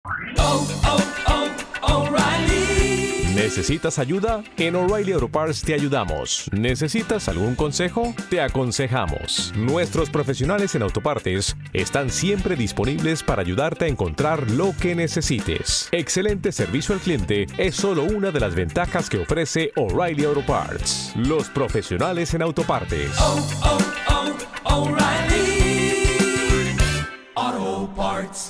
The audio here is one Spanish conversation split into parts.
O'Reilly. ¿Necesitas ayuda? En O'Reilly Auto Parts te ayudamos. ¿Necesitas algún consejo? Te aconsejamos. Nuestros profesionales en autopartes están siempre disponibles para ayudarte a encontrar lo que necesites. Excelente servicio al cliente es solo una de las ventajas que ofrece O'Reilly Auto Parts. Los profesionales en autopartes. O'Reilly Auto Parts.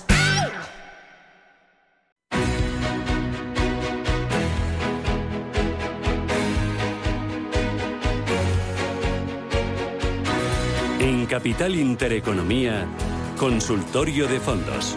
En Capital Intereconomía, Consultorio de Fondos.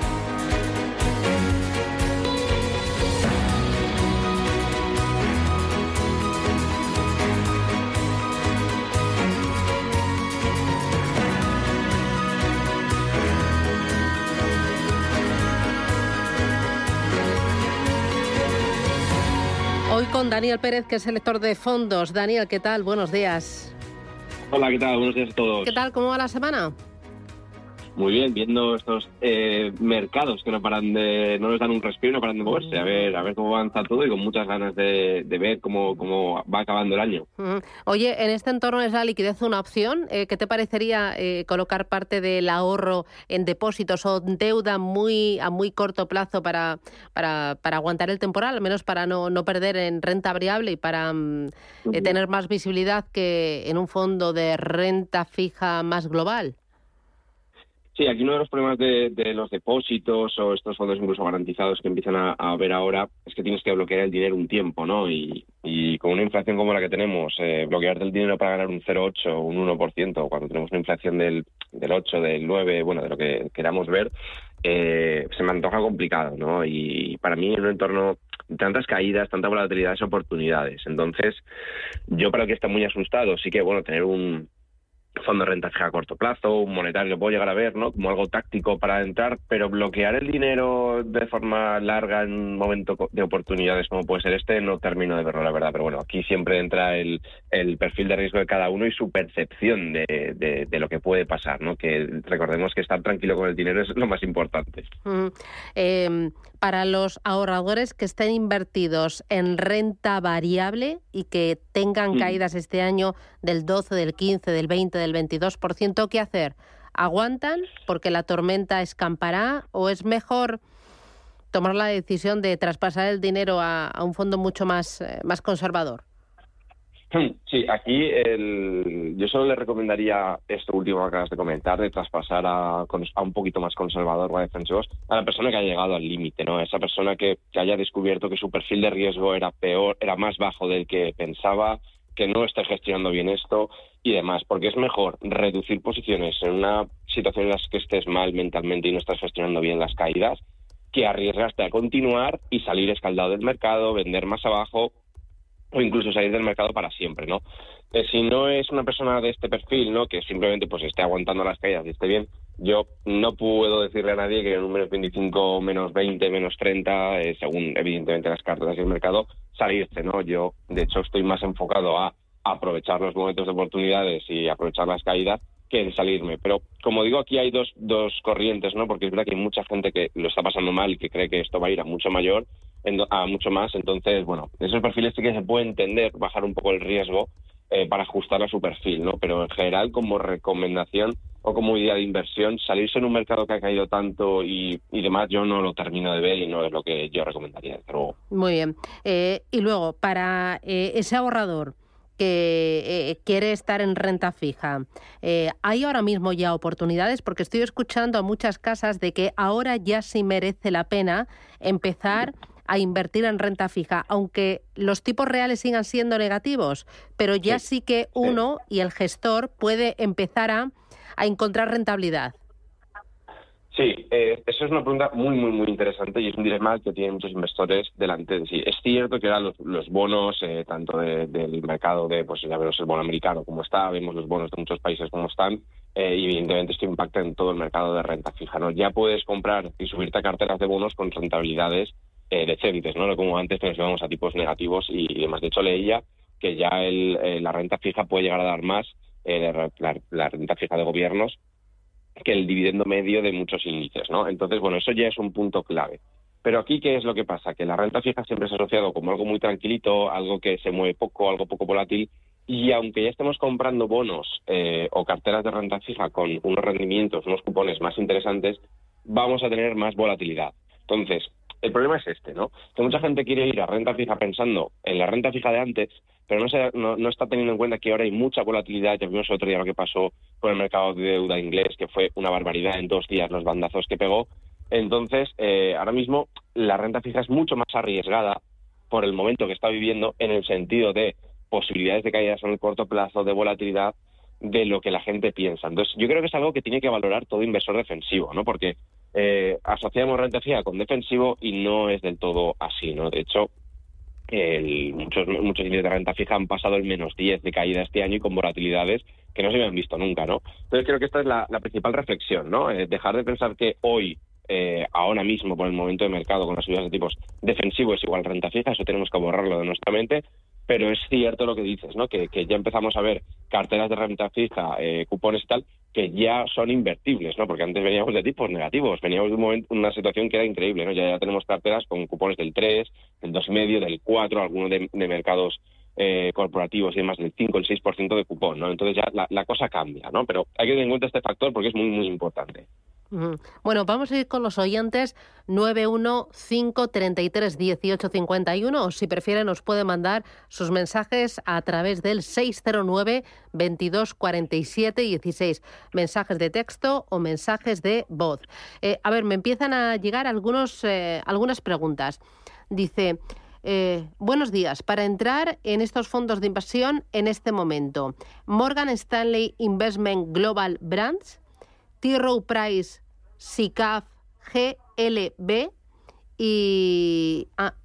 Hoy con Daniel Pérez, que es el lector de fondos. Daniel, ¿qué tal? Buenos días. Hola, ¿qué tal? Buenos días a todos. ¿Qué tal? ¿Cómo va la semana? Muy bien, viendo estos mercados que no nos dan un respiro, no paran de moverse, a ver cómo avanza todo y con muchas ganas de ver cómo va acabando el año. Oye, en este entorno ¿es la liquidez una opción? ¿Qué te parecería colocar parte del ahorro en depósitos o deuda a muy corto plazo para aguantar el temporal, al menos para no perder en renta variable y para tener más visibilidad que en un fondo de renta fija más global? Sí, aquí uno de los problemas de los depósitos o estos fondos incluso garantizados que empiezan a haber ahora es que tienes que bloquear el dinero un tiempo, ¿no? Y con una inflación como la que tenemos, bloquearte el dinero para ganar un 0,8 o un 1%, cuando tenemos una inflación del 8, del 9, bueno, de lo que queramos ver, se me antoja complicado, ¿no? Y para mí en un entorno de tantas caídas, tanta volatilidad, es oportunidades. Entonces, yo para el que está muy asustado, sí que, bueno, tener un fondo de renta fija a corto plazo, un monetario, lo puedo llegar a ver, ¿no? Como algo táctico para entrar, pero bloquear el dinero de forma larga en un momento de oportunidades como puede ser este, no termino de verlo, la verdad. Pero bueno, aquí siempre entra el perfil de riesgo de cada uno y su percepción de lo que puede pasar, ¿no? Que recordemos que estar tranquilo con el dinero es lo más importante. Para los ahorradores que estén invertidos en renta variable y que tengan caídas este año del 12, del 15, del 20, del 22%, ¿qué hacer? ¿Aguantan porque la tormenta escampará o es mejor tomar la decisión de traspasar el dinero a un fondo mucho más conservador? Sí, aquí yo solo le recomendaría esto último que acabas de comentar, de traspasar a un poquito más conservador o a defensivos, a la persona que ha llegado al límite, ¿no? Esa persona que haya descubierto que su perfil de riesgo era más bajo del que pensaba, que no esté gestionando bien esto y demás, porque es mejor reducir posiciones en una situación en la que estés mal mentalmente y no estás gestionando bien las caídas, que arriesgarte a continuar y salir escaldado del mercado, vender más abajo, o incluso salir del mercado para siempre, ¿no? Si no es una persona de este perfil, ¿no?, que simplemente pues esté aguantando las caídas y esté bien, yo no puedo decirle a nadie que en un menos 25, menos 20, menos 30, según evidentemente las cartas y el mercado, salirse, ¿no? Yo, de hecho, estoy más enfocado a aprovechar los momentos de oportunidades y aprovechar las caídas que en salirme. Pero, como digo, aquí hay dos corrientes, ¿no? Porque es verdad que hay mucha gente que lo está pasando mal y que cree que esto va a ir a mucho más. Entonces, bueno, esos perfiles sí que se puede entender, bajar un poco el riesgo para ajustar a su perfil, ¿no? Pero en general, como recomendación o como idea de inversión, salirse en un mercado que ha caído tanto y demás, yo no lo termino de ver y no es lo que yo recomendaría, desde luego. Muy bien. Y luego, para ese ahorrador que quiere estar en renta fija, ¿hay ahora mismo ya oportunidades? Porque estoy escuchando a muchas casas de que ahora ya sí merece la pena empezar a invertir en renta fija, aunque los tipos reales sigan siendo negativos, pero ya sí que uno y el gestor puede empezar a encontrar rentabilidad. Sí, eso es una pregunta muy, muy, muy interesante y es un dilema que tienen muchos inversores delante de sí. Es cierto que ahora los bonos, tanto del mercado de, pues ya vemos el bono americano como está, vemos los bonos de muchos países como están, y evidentemente esto impacta en todo el mercado de renta fija, ¿no? Ya puedes comprar y subirte a carteras de bonos con rentabilidades decentes, ¿no? Como antes que nos íbamos a tipos negativos y demás. De hecho, leía que ya la renta fija puede llegar a dar más, la renta fija de gobiernos, que el dividendo medio de muchos índices, ¿no? Entonces, bueno, eso ya es un punto clave. Pero aquí, ¿qué es lo que pasa? Que la renta fija siempre se ha asociado como algo muy tranquilito, algo que se mueve poco, algo poco volátil, y aunque ya estemos comprando bonos o carteras de renta fija con unos rendimientos, unos cupones más interesantes, vamos a tener más volatilidad. Entonces, el problema es este, ¿no? Que mucha gente quiere ir a renta fija pensando en la renta fija de antes, pero no está teniendo en cuenta que ahora hay mucha volatilidad. Ya vimos el otro día lo que pasó con el mercado de deuda inglés, que fue una barbaridad en 2 días los bandazos que pegó. Entonces, ahora mismo la renta fija es mucho más arriesgada por el momento que está viviendo, en el sentido de posibilidades de caídas en el corto plazo, de volatilidad, de lo que la gente piensa. Entonces, yo creo que es algo que tiene que valorar todo inversor defensivo, ¿no? Porque asociamos renta fija con defensivo y no es del todo así, ¿no? De hecho, muchos índices de renta fija han pasado el -10 de caída este año y con volatilidades que no se habían visto nunca, ¿no? Entonces, creo que esta es la principal reflexión, ¿no? Dejar de pensar que hoy, ahora mismo, por el momento de mercado, con las subidas de tipos, defensivo es igual renta fija, eso tenemos que borrarlo de nuestra mente. Pero es cierto lo que dices, ¿no? Que ya empezamos a ver carteras de renta fija, cupones y tal, que ya son invertibles, ¿no? Porque antes veníamos de tipos negativos, veníamos de una situación que era increíble, ¿no? Ya tenemos carteras con cupones del 3, del 2,5, del 4, algunos de mercados corporativos y demás, del 5, el 6% de cupón, ¿no? Entonces ya la cosa cambia, ¿no? Pero hay que tener en cuenta este factor porque es muy, muy importante. Bueno, vamos a ir con los oyentes. 915331851, o si prefieren nos puede mandar sus mensajes a través del 609 22 47 16, mensajes de texto o mensajes de voz. A ver, me empiezan a llegar algunas preguntas. Dice: buenos días, para entrar en estos fondos de inversión en este momento, Morgan Stanley Investment Global Brands, T. Rowe Price, SICAV, GLB y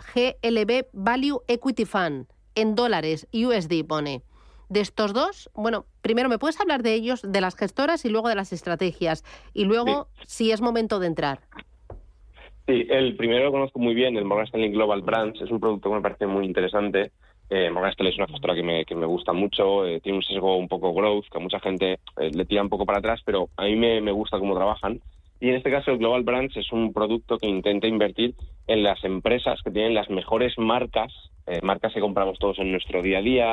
GLB Value Equity Fund en dólares, USD pone. De estos dos, bueno, primero me puedes hablar de ellos, de las gestoras y luego de las estrategias, y luego si es momento de entrar. Sí, el primero lo conozco muy bien, el Morgan Stanley Global Brands, es un producto que me parece muy interesante. Morgan Stanley es una gestora que me gusta mucho, tiene un sesgo un poco growth, que a mucha gente le tira un poco para atrás, pero a mí me gusta cómo trabajan. Y en este caso el Global Brands es un producto que intenta invertir en las empresas que tienen las mejores marcas, marcas que compramos todos en nuestro día a día,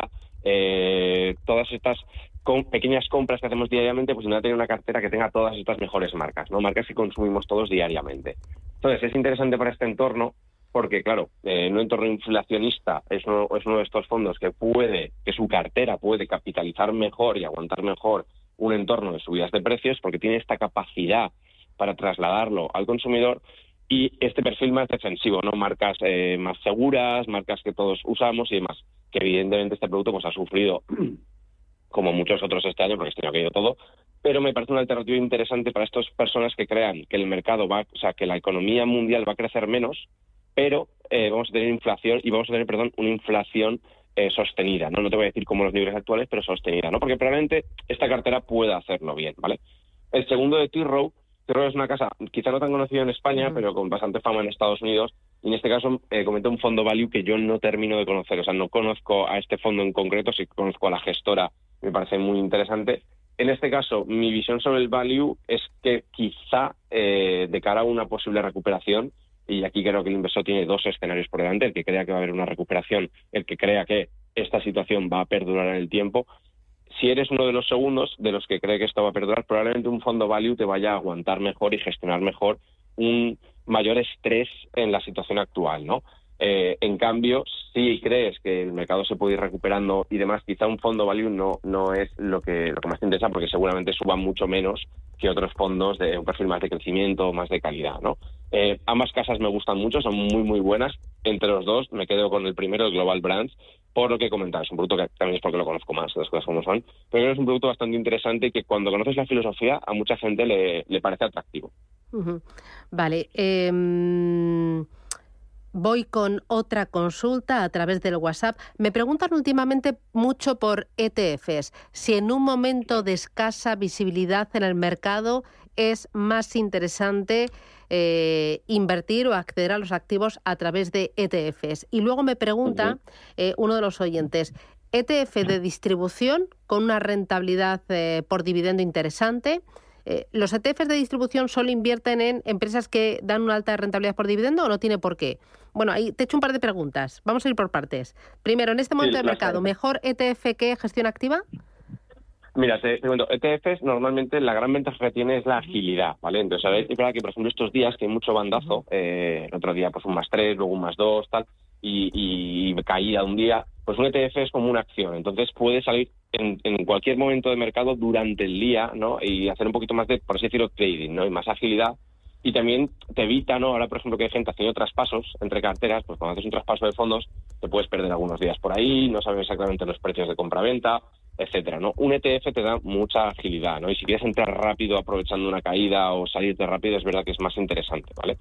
todas estas pequeñas compras que hacemos diariamente, pues intenta tener una cartera que tenga todas estas mejores marcas, ¿no? Marcas que consumimos todos diariamente. Entonces es interesante para este entorno, porque, claro, en un entorno inflacionista es uno de estos fondos que su cartera puede capitalizar mejor y aguantar mejor un entorno de subidas de precios, porque tiene esta capacidad para trasladarlo al consumidor, y este perfil más defensivo, ¿no? Marcas más seguras, marcas que todos usamos y demás, que evidentemente este producto pues ha sufrido, como muchos otros este año, porque este año ha caído todo, pero me parece una alternativa interesante para estas personas que crean que el mercado que la economía mundial va a crecer menos, pero vamos a tener inflación y vamos a tener, una inflación sostenida, ¿no? No te voy a decir como los niveles actuales, pero sostenida, ¿no? Porque probablemente esta cartera pueda hacerlo bien, ¿vale? El segundo de T. Rowe es una casa quizá no tan conocida en España, pero con bastante fama en Estados Unidos, y en este caso comenté un fondo value que yo no termino de conocer, o sea, no conozco a este fondo en concreto, sí conozco a la gestora, me parece muy interesante. En este caso, mi visión sobre el value es que quizá de cara a una posible recuperación, y aquí creo que el inversor tiene dos escenarios por delante, el que crea que va a haber una recuperación, el que crea que esta situación va a perdurar en el tiempo. Si eres uno de los segundos, de los que cree que esto va a perdurar, probablemente un fondo value te vaya a aguantar mejor y gestionar mejor un mayor estrés en la situación actual, ¿no? En cambio, si crees que el mercado se puede ir recuperando y demás, quizá un fondo value no es lo que más te interesa, porque seguramente suban mucho menos que otros fondos de un perfil más de crecimiento, más de calidad, ¿no? Ambas casas me gustan mucho, son muy, muy buenas. Entre los dos me quedo con el primero, el Global Brands, por lo que comentabas. Es un producto que también es porque lo conozco más, las cosas como son. Pero es un producto bastante interesante y que cuando conoces la filosofía a mucha gente le parece atractivo. Vale. Voy con otra consulta a través del WhatsApp. Me preguntan últimamente mucho por ETFs. Si en un momento de escasa visibilidad en el mercado es más interesante invertir o acceder a los activos a través de ETFs. Y luego me pregunta uno de los oyentes, ETF de distribución con una rentabilidad por dividendo interesante, ¿Los ETFs de distribución solo invierten en empresas que dan una alta rentabilidad por dividendo o no tiene por qué? Bueno, ahí te he hecho un par de preguntas. Vamos a ir por partes. Primero, en este momento de mercado, ¿mejor ETF que gestión activa? Mira, te cuento, ETFs normalmente la gran ventaja que tiene es la agilidad, ¿vale? Entonces, es verdad que, por ejemplo, estos días que hay mucho bandazo, el otro día pues un +3, luego un +2, tal, y caída un día, pues un ETF es como una acción. Entonces puede salir en cualquier momento de mercado durante el día, ¿no? Y hacer un poquito más de, por así decirlo, trading, ¿no? Y más agilidad. Y también te evita, ¿no? Ahora, por ejemplo, que hay gente haciendo traspasos entre carteras, pues cuando haces un traspaso de fondos te puedes perder algunos días por ahí, no sabes exactamente los precios de compra-venta, etcétera, ¿no? Un ETF te da mucha agilidad, ¿no? Y si quieres entrar rápido aprovechando una caída o salirte rápido, es verdad que es más interesante, ¿vale?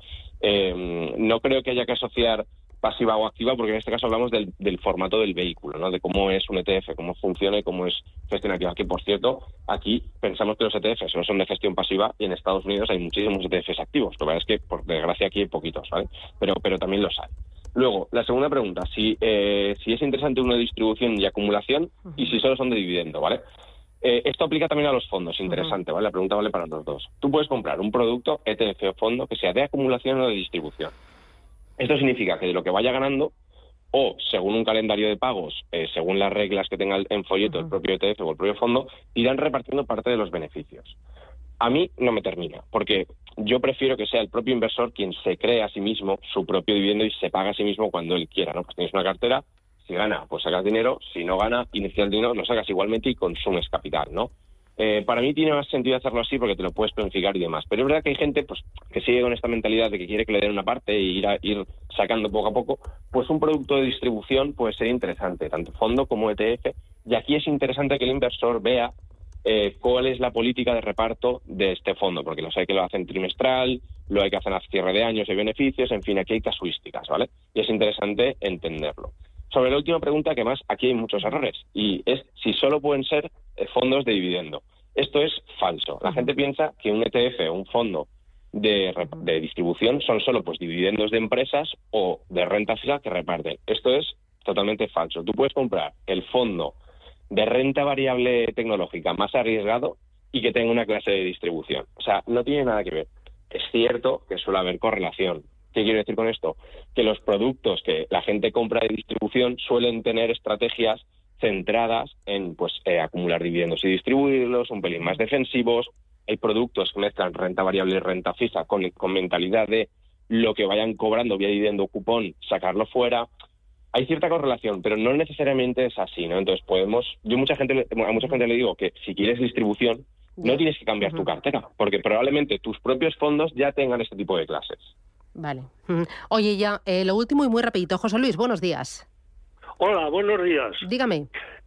No creo que haya que asociar pasiva o activa, porque en este caso hablamos del formato del vehículo, ¿no? De cómo es un ETF, cómo funciona y cómo es gestión activa. Que, por cierto, aquí pensamos que los ETFs no son de gestión pasiva y en Estados Unidos hay muchísimos ETFs activos. Lo que pasa es que, por desgracia, aquí hay poquitos, ¿vale? Pero también los hay. Luego, la segunda pregunta, si es interesante una distribución y acumulación y si solo son de dividendo, ¿vale? Esto aplica también a los fondos, interesante, ¿vale? La pregunta vale para los dos. Tú puedes comprar un producto, ETF o fondo, que sea de acumulación o de distribución. Esto significa que de lo que vaya ganando, o según un calendario de pagos, según las reglas que tenga en folleto el propio ETF o el propio fondo, irán repartiendo parte de los beneficios. A mí no me termina, porque yo prefiero que sea el propio inversor quien se cree a sí mismo su propio dividendo y se paga a sí mismo cuando él quiera, ¿no? Pues tienes una cartera, si gana, pues sacas dinero, si no gana, inicia el dinero, lo sacas igualmente y consumes capital, ¿no? Para mí tiene más sentido hacerlo así porque te lo puedes planificar y demás. Pero es verdad que hay gente pues que sigue con esta mentalidad de que quiere que le den una parte e ir sacando poco a poco. Pues un producto de distribución puede ser interesante, tanto fondo como ETF. Y aquí es interesante que el inversor vea cuál es la política de reparto de este fondo, porque lo sé que lo hacen trimestral, lo hay que hacer a cierre de años y beneficios, en fin, aquí hay casuísticas, ¿vale? Y es interesante entenderlo. Sobre la última pregunta, que más aquí hay muchos errores, y es si solo pueden ser fondos de dividendo. Esto es falso. La gente piensa que un ETF o un fondo de distribución son solo pues dividendos de empresas o de renta fija que reparten. Esto es totalmente falso. Tú puedes comprar el fondo de renta variable tecnológica más arriesgado y que tenga una clase de distribución. O sea, no tiene nada que ver. Es cierto que suele haber correlación. ¿Qué quiero decir con esto? Que los productos que la gente compra de distribución suelen tener estrategias centradas en acumular dividendos y distribuirlos, un pelín más defensivos. Hay productos que mezclan renta variable y renta fija con mentalidad de lo que vayan cobrando vía dividendo o cupón, sacarlo fuera. Hay cierta correlación, pero no necesariamente es así, ¿no? Entonces a mucha gente le digo que si quieres distribución, no tienes que cambiar tu cartera, porque probablemente tus propios fondos ya tengan este tipo de clases. Vale. Oye, ya, lo último y muy rapidito. José Luis, buenos días. Hola, buenos días. Dígame.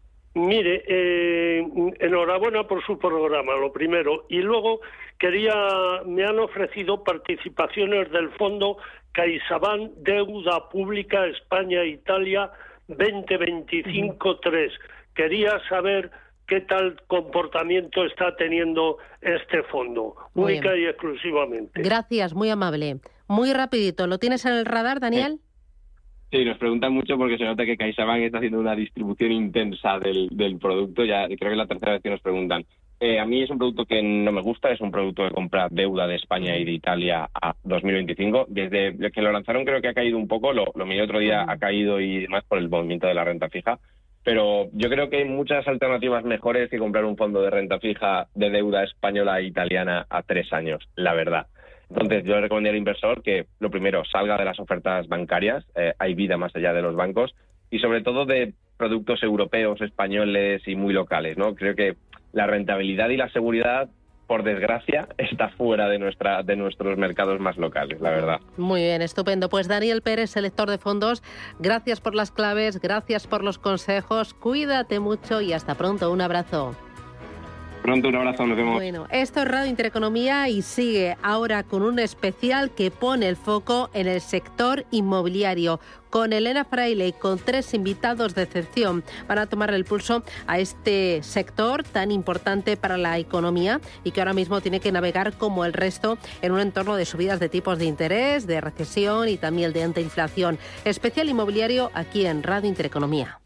Mire, enhorabuena por su programa, lo primero. Y luego me han ofrecido participaciones del fondo CaixaBank Deuda Pública España-Italia 2025-3. Quería saber qué tal comportamiento está teniendo este fondo, única y exclusivamente. Gracias, muy amable. Muy rapidito, ¿lo tienes en el radar, Daniel? Sí, nos preguntan mucho porque se nota que CaixaBank está haciendo una distribución intensa del producto. Ya creo que es la tercera vez que nos preguntan. A mí es un producto que no me gusta, es un producto que compra deuda de España y de Italia a 2025. Desde que lo lanzaron creo que ha caído un poco, lo miré otro día, ha caído y demás por el movimiento de la renta fija. Pero yo creo que hay muchas alternativas mejores que comprar un fondo de renta fija de deuda española e italiana a 3 años, la verdad. Entonces, yo le recomendaría al inversor que, lo primero, salga de las ofertas bancarias, hay vida más allá de los bancos, y sobre todo de productos europeos, españoles y muy locales, ¿no? Creo que la rentabilidad y la seguridad, por desgracia, está fuera de nuestros mercados más locales, la verdad. Muy bien, estupendo. Pues Daniel Pérez, selector de fondos, gracias por las claves, gracias por los consejos, cuídate mucho y hasta pronto. Un abrazo. Pronto, un abrazo, nos vemos. Bueno, esto es Radio Intereconomía y sigue ahora con un especial que pone el foco en el sector inmobiliario. Con Elena Fraile y con 3 invitados de excepción van a tomar el pulso a este sector tan importante para la economía y que ahora mismo tiene que navegar como el resto en un entorno de subidas de tipos de interés, de recesión y también de alta inflación. Especial inmobiliario aquí en Radio Intereconomía.